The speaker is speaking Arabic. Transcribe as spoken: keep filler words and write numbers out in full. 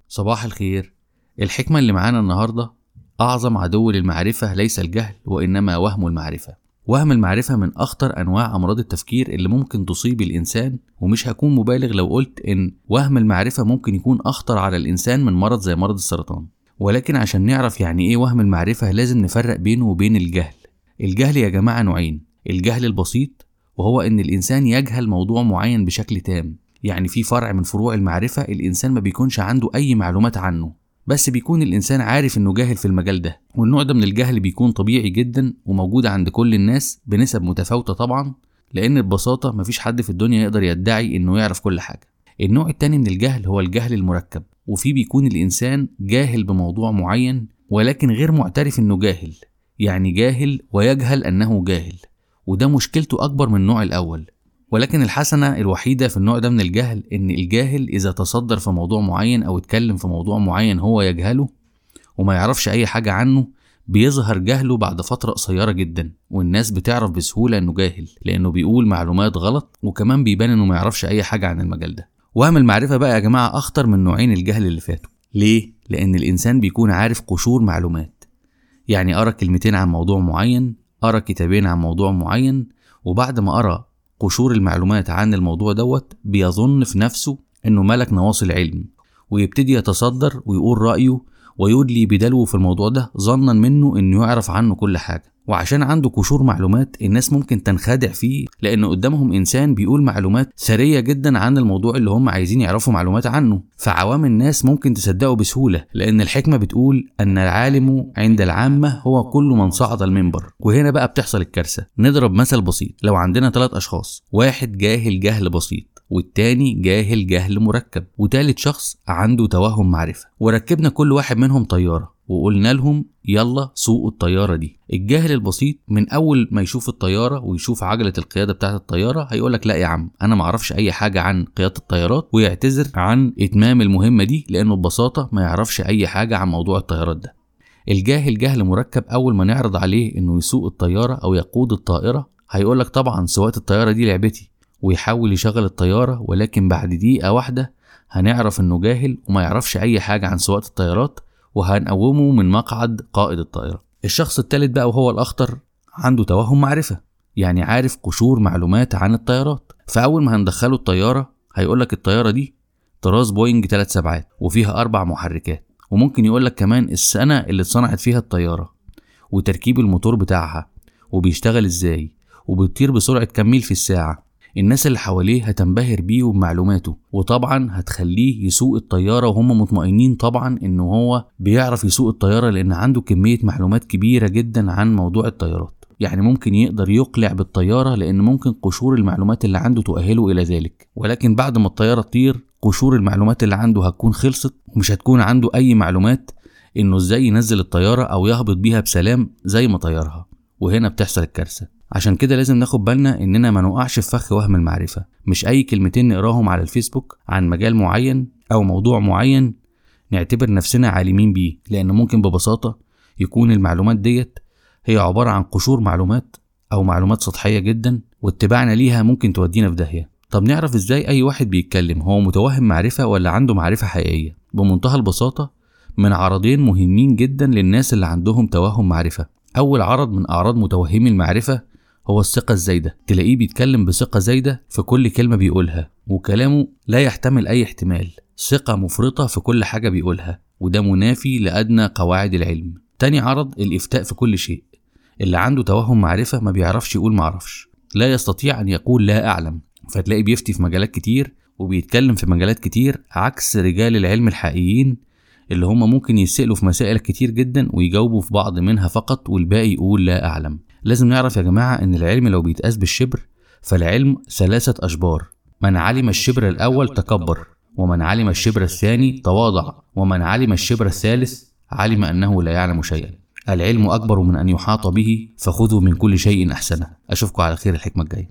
صباح الخير. الحكمة اللي معانا النهاردة: أعظم عدو للمعرفة ليس الجهل وإنما وهم المعرفة. وهم المعرفة من أخطر أنواع أمراض التفكير اللي ممكن تصيب الإنسان، ومش هكون مبالغ لو قلت إن وهم المعرفة ممكن يكون أخطر على الإنسان من مرض زي مرض السرطان. ولكن عشان نعرف يعني إيه وهم المعرفة لازم نفرق بينه وبين الجهل. الجهل يا جماعة نوعين: الجهل البسيط، وهو إن الإنسان يجهل موضوع معين بشكل تام، يعني في فرع من فروع المعرفة الإنسان ما بيكونش عنده أي معلومات عنه، بس بيكون الإنسان عارف إنه جاهل في المجال ده. والنوع ده من الجهل بيكون طبيعي جدا وموجود عند كل الناس بنسب متفاوتة طبعا، لأن ببساطة مفيش حد في الدنيا يقدر يدعي إنه يعرف كل حاجة. النوع التاني من الجهل هو الجهل المركب، وفيه بيكون الإنسان جاهل بموضوع معين ولكن غير معترف إنه جاهل، يعني جاهل ويجهل أنه جاهل، وده مشكلته أكبر من النوع الأول. ولكن الحسنة الوحيدة في النوع ده من الجهل إن الجاهل إذا تصدر في موضوع معين أو اتكلم في موضوع معين هو يجهله وما يعرفش أي حاجة عنه، بيظهر جهله بعد فترة قصيرة جدا، والناس بتعرف بسهولة إنه جاهل لأنه بيقول معلومات غلط، وكمان بيبان إنه ما يعرفش أي حاجة عن المجال ده. وهم المعرفة بقى يا جماعة أخطر من نوعين الجهل اللي فاتوا. ليه؟ لأن الإنسان بيكون عارف قشور معلومات، يعني أرى كلمتين عن موضوع معين، أرى كتابين عن موضوع معين، وبعد ما أرى قشور المعلومات عن الموضوع دوت بيظن في نفسه انه ملك نواصي علم، ويبتدي يتصدر ويقول رأيه ويدلي بدلوه في الموضوع ده ظنا منه انه يعرف عنه كل حاجة. وعشان عنده قشور معلومات الناس ممكن تنخدع فيه، لان قدامهم انسان بيقول معلومات ثرية جدا عن الموضوع اللي هم عايزين يعرفوا معلومات عنه، فعوام الناس ممكن تصدقه بسهولة، لان الحكمة بتقول ان العالم عند العامة هو كل من صعد المنبر. وهنا بقى بتحصل الكارثة. نضرب مثل بسيط: لو عندنا ثلاث اشخاص، واحد جاهل جهل بسيط، والتاني جاهل جهل مركب، وتالت شخص عنده توهم معرفة، وركبنا كل واحد منهم طيارة وقلنا لهم يلا سوقوا الطيارة دي. الجاهل البسيط من اول ما يشوف الطيارة ويشوف عجلة القيادة بتاعت الطيارة هيقولك لا يا عم انا معرفش اي حاجة عن قيادة الطيارات، ويعتذر عن اتمام المهمة دي لانه ببساطة ما يعرفش اي حاجة عن موضوع الطيارات ده. الجاهل جهل مركب اول ما نعرض عليه انه يسوق الطيارة او يقود الطائرة هيقولك طبعا سواقة الطيارة دي لعبتي، ويحاول يشغل الطيارة، ولكن بعد دقيقة واحدة هنعرف انه جاهل وما يعرفش اي حاجة عن سواقة الطيارات، وهنقومه من مقعد قائد الطائرة. الشخص الثالث بقى وهو الأخطر عنده توهم معرفة، يعني عارف قشور معلومات عن الطيارات، فأول ما هندخله الطيارة هيقولك الطيارة دي طراز بوينج ثلاث سبعات وفيها أربع محركات، وممكن يقولك كمان السنة اللي اتصنعت فيها الطيارة وتركيب الموتور بتاعها وبيشتغل ازاي وبيطير بسرعة كام ميل في الساعة. الناس اللي حواليه هتنبهر بيه وبمعلوماته، وطبعا هتخليه يسوق الطيارة وهم مطمئنين طبعا انه هو بيعرف يسوق الطيارة لان عنده كمية معلومات كبيرة جدا عن موضوع الطيارات، يعني ممكن يقدر يقلع بالطيارة لان ممكن قشور المعلومات اللي عنده تؤهله الى ذلك. ولكن بعد ما الطيارة تطير قشور المعلومات اللي عنده هتكون خلصت، ومش هتكون عنده اي معلومات انه ازاي ينزل الطيارة او يهبط بيها بسلام زي ما طيرها، وهنا بتحصل الكارثة. عشان كده لازم ناخد بالنا اننا ما نوقعش في فخ وهم المعرفة. مش اي كلمتين نقراهم على الفيسبوك عن مجال معين او موضوع معين نعتبر نفسنا عالمين بيه، لان ممكن ببساطة يكون المعلومات ديت هي عبارة عن قشور معلومات او معلومات سطحية جدا، واتباعنا ليها ممكن تودينا في داهية. طب نعرف ازاي اي واحد بيتكلم هو متوهم معرفة ولا عنده معرفة حقيقية؟ بمنتهى البساطة من عرضين مهمين جدا للناس اللي عندهم توهم معرفة. اول عرض من اعراض متوهمي المعرفة هو الثقة الزايدة. تلاقيه بيتكلم بثقة زايدة في كل كلمة بيقولها، وكلامه لا يحتمل أي احتمال، ثقة مفرطة في كل حاجة بيقولها، وده منافي لأدنى قواعد العلم. تاني عرض الإفتاء في كل شيء. اللي عنده توهم معرفة ما بيعرفش يقول معرفش، لا يستطيع أن يقول لا أعلم، فتلاقيه بيفتي في مجالات كتير وبيتكلم في مجالات كتير، عكس رجال العلم الحقيقيين اللي هم ممكن يسألوا في مسائل كتير جدا ويجاوبوا في بعض منها فقط والباقي يقول لا أعلم. لازم نعرف يا جماعة ان العلم لو بيتقاس بالشبر فالعلم ثلاثة أشبار: من علم الشبر الأول تكبر، ومن علم الشبر الثاني تواضع، ومن علم الشبر الثالث علم أنه لا يعلم شيئا. العلم أكبر من أن يحاط به، فخذوا من كل شيء أحسنه. أشوفكم على خير الحكمة الجاية.